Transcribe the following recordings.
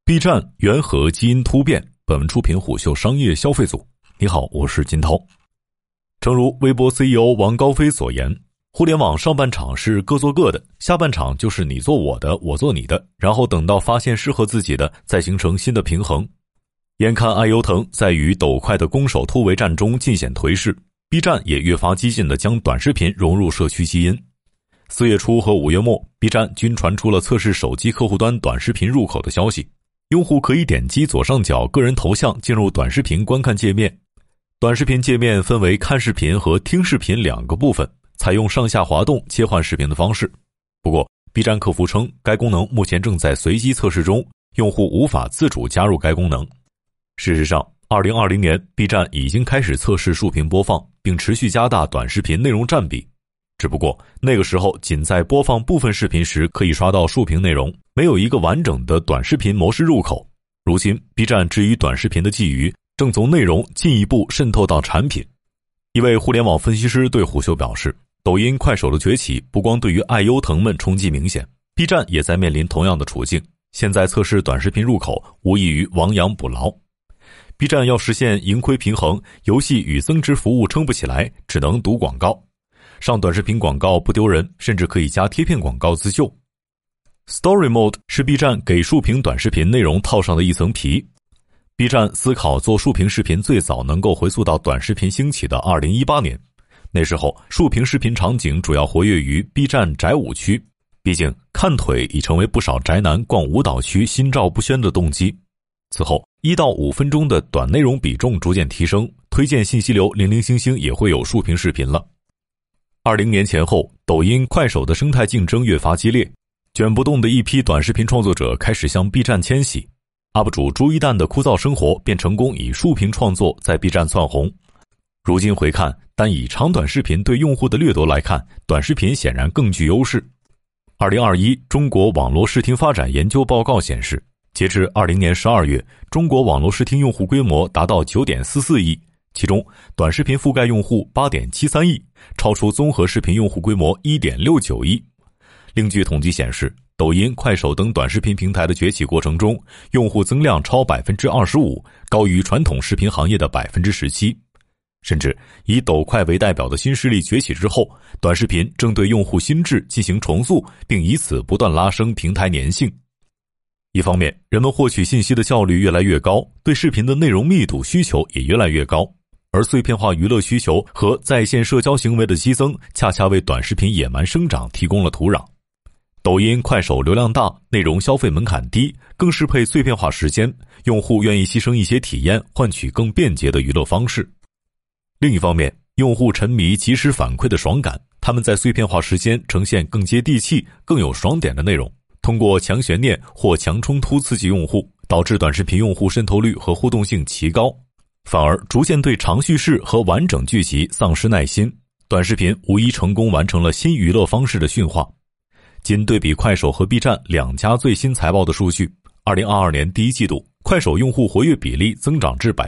B 站缘何基因突变？本文出品虎嗅商业消费组。你好，我是金涛。诚如微博 CEO 王高飞所言，互联网上半场是各做各的，下半场就是你做我的，我做你的，然后等到发现适合自己的，再形成新的平衡。眼看爱优腾在与抖快的攻守突围战中尽显颓势， B 站也越发激进地将短视频融入社区基因。4月初和5月末， B 站均传出了测试手机客户端短视频入口的消息。用户可以点击左上角个人头像进入短视频观看界面。短视频界面分为看视频和听视频两个部分，采用上下滑动切换视频的方式。不过 B 站客服称，该功能目前正在随机测试中，用户无法自主加入该功能。事实上2020年 B 站已经开始测试竖屏播放，并持续加大短视频内容占比。只不过那个时候仅在播放部分视频时可以刷到竖屏内容，没有一个完整的短视频模式入口。如今 B 站至于短视频的觊觎正从内容进一步渗透到产品。一位互联网分析师对虎嗅表示，抖音快手的崛起不光对于爱优腾们冲击明显， B 站也在面临同样的处境。现在测试短视频入口无异于亡羊补牢。 B 站要实现盈亏平衡，游戏与增值服务撑不起来，只能赌广告。上短视频广告不丢人，甚至可以加贴片广告自救。 Story Mode 是 B 站给竖屏短视频内容套上的一层皮。 B 站思考做竖屏视频最早能够回溯到短视频兴起的2018年，那时候竖屏视频场景主要活跃于 B 站宅舞区，毕竟看腿已成为不少宅男逛舞蹈区心照不宣的动机。此后1到5分钟的短内容比重逐渐提升，推荐信息流零零星星也会有竖屏视频了。20年前后，抖音、快手的生态竞争越发激烈，卷不动的一批短视频创作者开始向 B 站迁徙。UP 主朱一蛋的枯燥生活便成功以竖屏创作在 B 站窜红。如今回看，单以长短视频对用户的掠夺来看，短视频显然更具优势。2021中国网络视听发展研究报告显示，截至20年12月，中国网络视听用户规模达到 9.44 亿，其中短视频覆盖用户 8.73 亿，超出综合视频用户规模 1.69 亿。另据统计显示，抖音、快手等短视频平台的崛起过程中，用户增量超 25%， 高于传统视频行业的 17%。 甚至以抖快为代表的新势力崛起之后，短视频正对用户心智进行重塑，并以此不断拉升平台粘性。一方面，人们获取信息的效率越来越高，对视频的内容密度需求也越来越高，而碎片化娱乐需求和在线社交行为的激增，恰恰为短视频野蛮生长提供了土壤。抖音、快手流量大，内容消费门槛低，更适配碎片化时间，用户愿意牺牲一些体验，换取更便捷的娱乐方式。另一方面，用户沉迷及时反馈的爽感，他们在碎片化时间呈现更接地气、更有爽点的内容，通过强悬念或强冲突刺激用户，导致短视频用户渗透率和互动性奇高，反而逐渐对长叙事和完整剧集丧失耐心。短视频无疑成功完成了新娱乐方式的驯化。仅对比快手和 B 站两家最新财报的数据，2022年第一季度，快手用户活跃比例增长至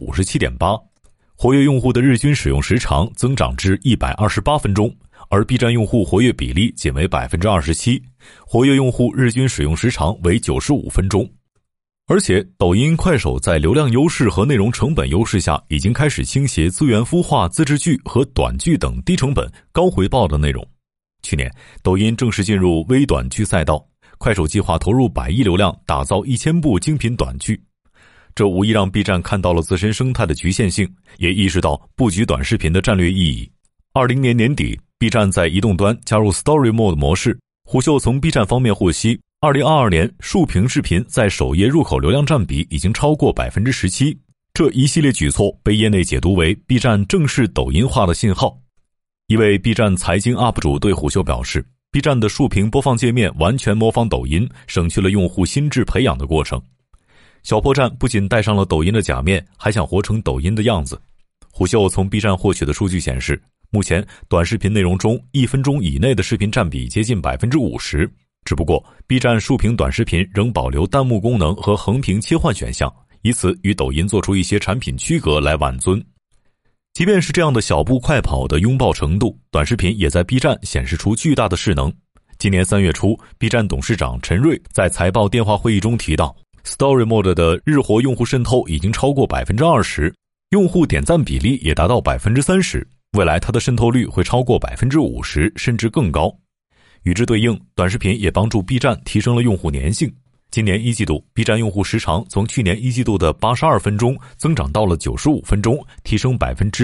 57.8%， 活跃用户的日均使用时长增长至128分钟，而 B 站用户活跃比例仅为 27%， 活跃用户日均使用时长为95分钟。而且抖音、快手在流量优势和内容成本优势下，已经开始倾斜资源孵化自制剧和短剧等低成本、高回报的内容。去年，抖音正式进入微短剧赛道，快手计划投入100亿流量打造1000部精品短剧。这无疑让 B 站看到了自身生态的局限性，也意识到布局短视频的战略意义。20年年底， B 站在移动端加入 Story Mode 模式。虎嗅从 B 站方面获悉，2022年竖屏视频在首页入口流量占比已经超过 17%， 这一系列举措被业内解读为 B 站正式抖音化的信号。一位 B 站财经 UP 主对虎嗅表示， B 站的竖屏播放界面完全模仿抖音，省去了用户心智培养的过程。小破站不仅戴上了抖音的假面，还想活成抖音的样子。虎嗅从 B 站获取的数据显示，目前短视频内容中1分钟以内的视频占比接近 50%， 只不过 B 站竖屏短视频仍保留弹幕功能和横屏切换选项，以此与抖音做出一些产品区隔来挽尊。即便是这样的小步快跑的拥抱程度，短视频也在 B 站显示出巨大的势能。今年3月初， B 站董事长陈瑞在财报电话会议中提到， Story Mode 的日活用户渗透已经超过 20%， 用户点赞比例也达到 30%， 未来它的渗透率会超过 50%， 甚至更高。与之对应，短视频也帮助 B 站提升了用户粘性。今年一季度 B 站用户时长从去年一季度的82分钟增长到了95分钟，提升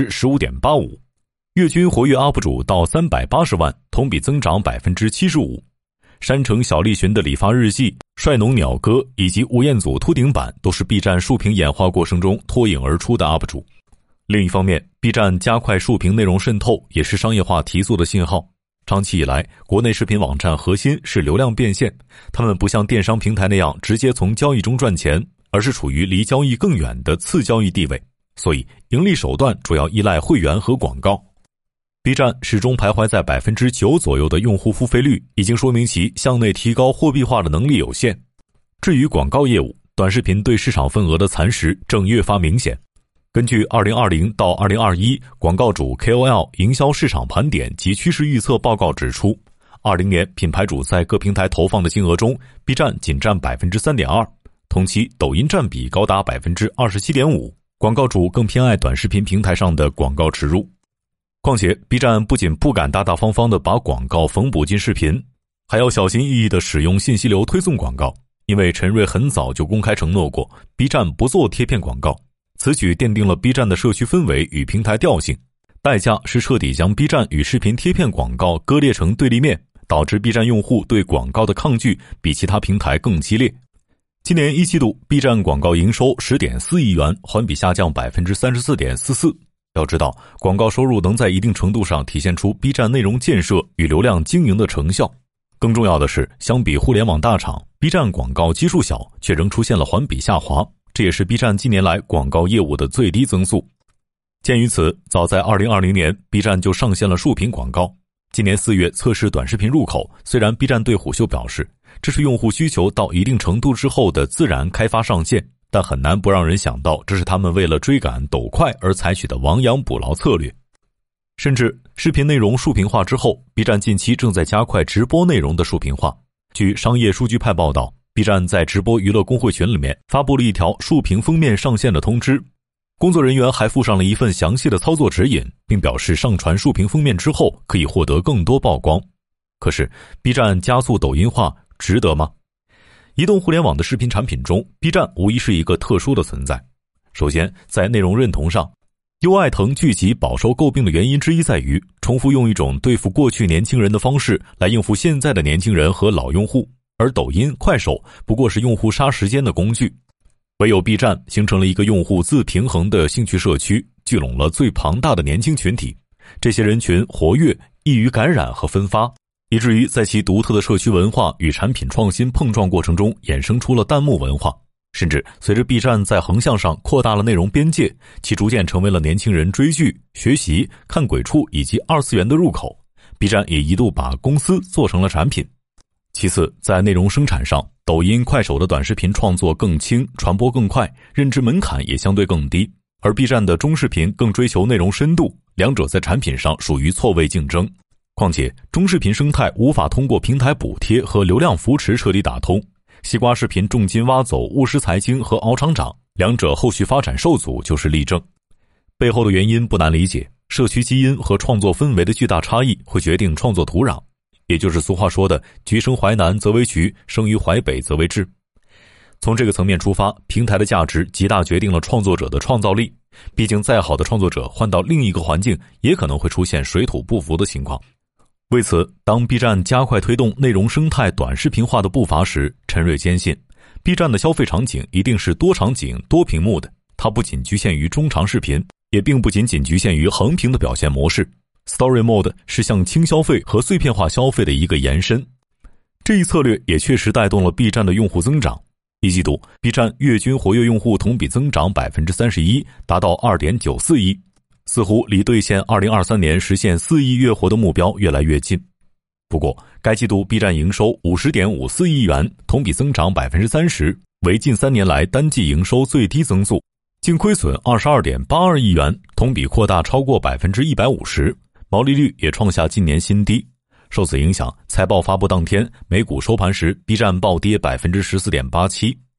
15.85%。月均活跃 UP 主到380万，同比增长 75%。山城小栗旬的理发日记、帅农鸟哥以及吴彦祖秃顶版都是 B 站竖屏演化过程中脱颖而出的 UP 主。另一方面， B 站加快竖屏内容渗透也是商业化提速的信号。长期以来，国内视频网站核心是流量变现，他们不像电商平台那样直接从交易中赚钱，而是处于离交易更远的次交易地位，所以盈利手段主要依赖会员和广告。B 站始终徘徊在 9% 左右的用户付费率，已经说明其向内提高货币化的能力有限。至于广告业务，短视频对市场份额的蚕食正越发明显。根据2020到2021广告主 KOL 营销市场盘点及趋势预测报告指出，20年品牌主在各平台投放的金额中 ，B 站仅占 3.2%， 同期抖音占比高达 27.5%， 广告主更偏爱短视频平台上的广告植入。况且 B 站不仅不敢大大方方地把广告缝补进视频，还要小心翼翼地使用信息流推送广告，因为陈瑞很早就公开承诺过 B 站不做贴片广告。此举奠定了 B 站的社区氛围与平台调性，代价是彻底将 B 站与视频贴片广告割裂成对立面，导致 B 站用户对广告的抗拒比其他平台更激烈。今年一季度 B 站广告营收 10.4亿元，环比下降 34.44%。要知道，广告收入能在一定程度上体现出 B 站内容建设与流量经营的成效。更重要的是，相比互联网大厂， B 站广告基数小，却仍出现了环比下滑，这也是 B 站近年来广告业务的最低增速。鉴于此，早在2020年 B 站就上线了竖屏广告。今年4月测试短视频入口，虽然 B 站对虎嗅表示，这是用户需求到一定程度之后的自然开发上线，但很难不让人想到这是他们为了追赶抖快而采取的亡羊补牢策略。甚至视频内容竖屏化之后， B 站近期正在加快直播内容的竖屏化。据商业数据派报道， B 站在直播娱乐公会群里面发布了一条竖屏封面上线的通知，工作人员还附上了一份详细的操作指引，并表示上传竖屏封面之后可以获得更多曝光。可是 B 站加速抖音化值得吗？移动互联网的视频产品中， B 站无疑是一个特殊的存在。首先，在内容认同上，优爱腾剧集饱受诟病的原因之一在于重复用一种对付过去年轻人的方式来应付现在的年轻人和老用户，而抖音、快手不过是用户杀时间的工具。唯有 B 站形成了一个用户自平衡的兴趣社区，聚拢了最庞大的年轻群体，这些人群活跃，易于感染和分发，以至于在其独特的社区文化与产品创新碰撞过程中衍生出了弹幕文化。甚至随着 B 站在横向上扩大了内容边界，其逐渐成为了年轻人追剧、学习、看鬼畜以及二次元的入口。 B 站也一度把公司做成了产品。其次，在内容生产上，抖音、快手的短视频创作更轻，传播更快，认知门槛也相对更低，而 B 站的中视频更追求内容深度，两者在产品上属于错位竞争。况且中视频生态无法通过平台补贴和流量扶持彻底打通，西瓜视频重金挖走务实财经和敖厂长，两者后续发展受阻就是例证。背后的原因不难理解，社区基因和创作氛围的巨大差异会决定创作土壤，也就是俗话说的橘生淮南则为橘，生于淮北则为枳。从这个层面出发，平台的价值极大决定了创作者的创造力，毕竟再好的创作者换到另一个环境也可能会出现水土不服的情况。为此，当 B 站加快推动内容生态短视频化的步伐时，陈瑞坚信 B 站的消费场景一定是多场景多屏幕的，它不仅局限于中长视频，也并不仅仅局限于横屏的表现模式。 Story Mode 是向轻消费和碎片化消费的一个延伸，这一策略也确实带动了 B 站的用户增长。一季度 B 站月均活跃用户同比增长 31%， 达到 2.94 亿，似乎离兑现2023年实现4亿月活的目标越来越近。不过该季度 B 站营收 50.54 亿元，同比增长 30%， 为近3年来单季营收最低增速，净亏损 22.82 亿元，同比扩大超过 150%， 毛利率也创下近年新低。受此影响，财报发布当天，美股收盘时 B 站暴跌 14.87%。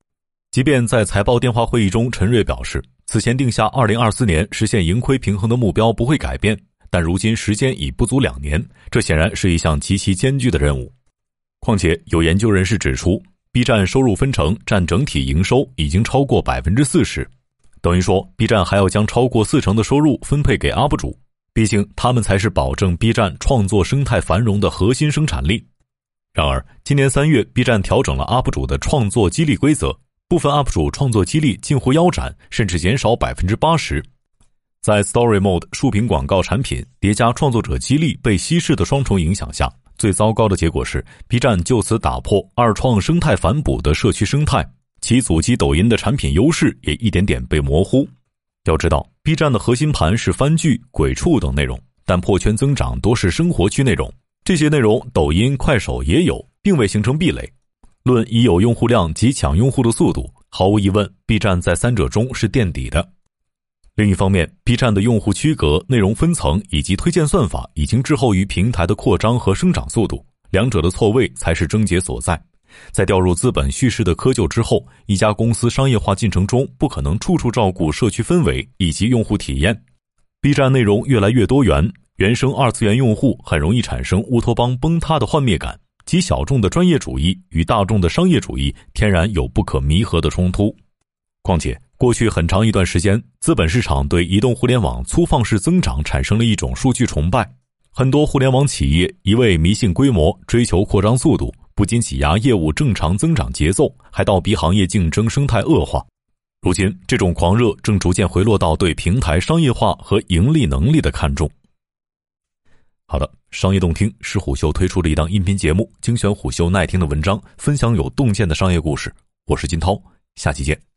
即便在财报电话会议中，陈瑞表示，此前定下2024年实现盈亏平衡的目标不会改变，但如今时间已不足2年，这显然是一项极其艰巨的任务。况且有研究人士指出， B 站收入分成占整体营收已经超过 40%， 等于说 B 站还要将超过40%的收入分配给 UP 主，毕竟他们才是保证 B 站创作生态繁荣的核心生产力。然而今年3月 B 站调整了 UP 主的创作激励规则，部分 UP 主创作激励近乎腰斩，甚至减少 80%。 在 Story Mode 竖屏广告产品叠加创作者激励被稀释的双重影响下，最糟糕的结果是 B 站就此打破二创生态反哺的社区生态，其阻击抖音的产品优势也一点点被模糊。要知道 B 站的核心盘是番剧、鬼畜等内容，但破圈增长多是生活区内容，这些内容抖音、快手也有，并未形成壁垒。论已有用户量及抢用户的速度，毫无疑问 B 站在三者中是垫底的。另一方面 B 站的用户区隔、内容分层以及推荐算法已经滞后于平台的扩张和生长速度，两者的错位才是症结所在。在掉入资本叙事的窠臼之后，一家公司商业化进程中不可能处处照顾社区氛围以及用户体验。 B 站内容越来越多元，原生二次元用户很容易产生乌托邦崩塌的幻灭感，及小众的专业主义与大众的商业主义天然有不可弥合的冲突。况且过去很长一段时间，资本市场对移动互联网粗放式增长产生了一种数据崇拜，很多互联网企业一味迷信规模，追求扩张速度，不仅挤压业务正常增长节奏，还倒逼行业竞争生态恶化。如今这种狂热正逐渐回落到对平台商业化和盈利能力的看重。好的，商业洞听是虎嗅推出的一档音频节目，精选虎嗅耐听的文章，分享有洞见的商业故事。我是金涛，下期见。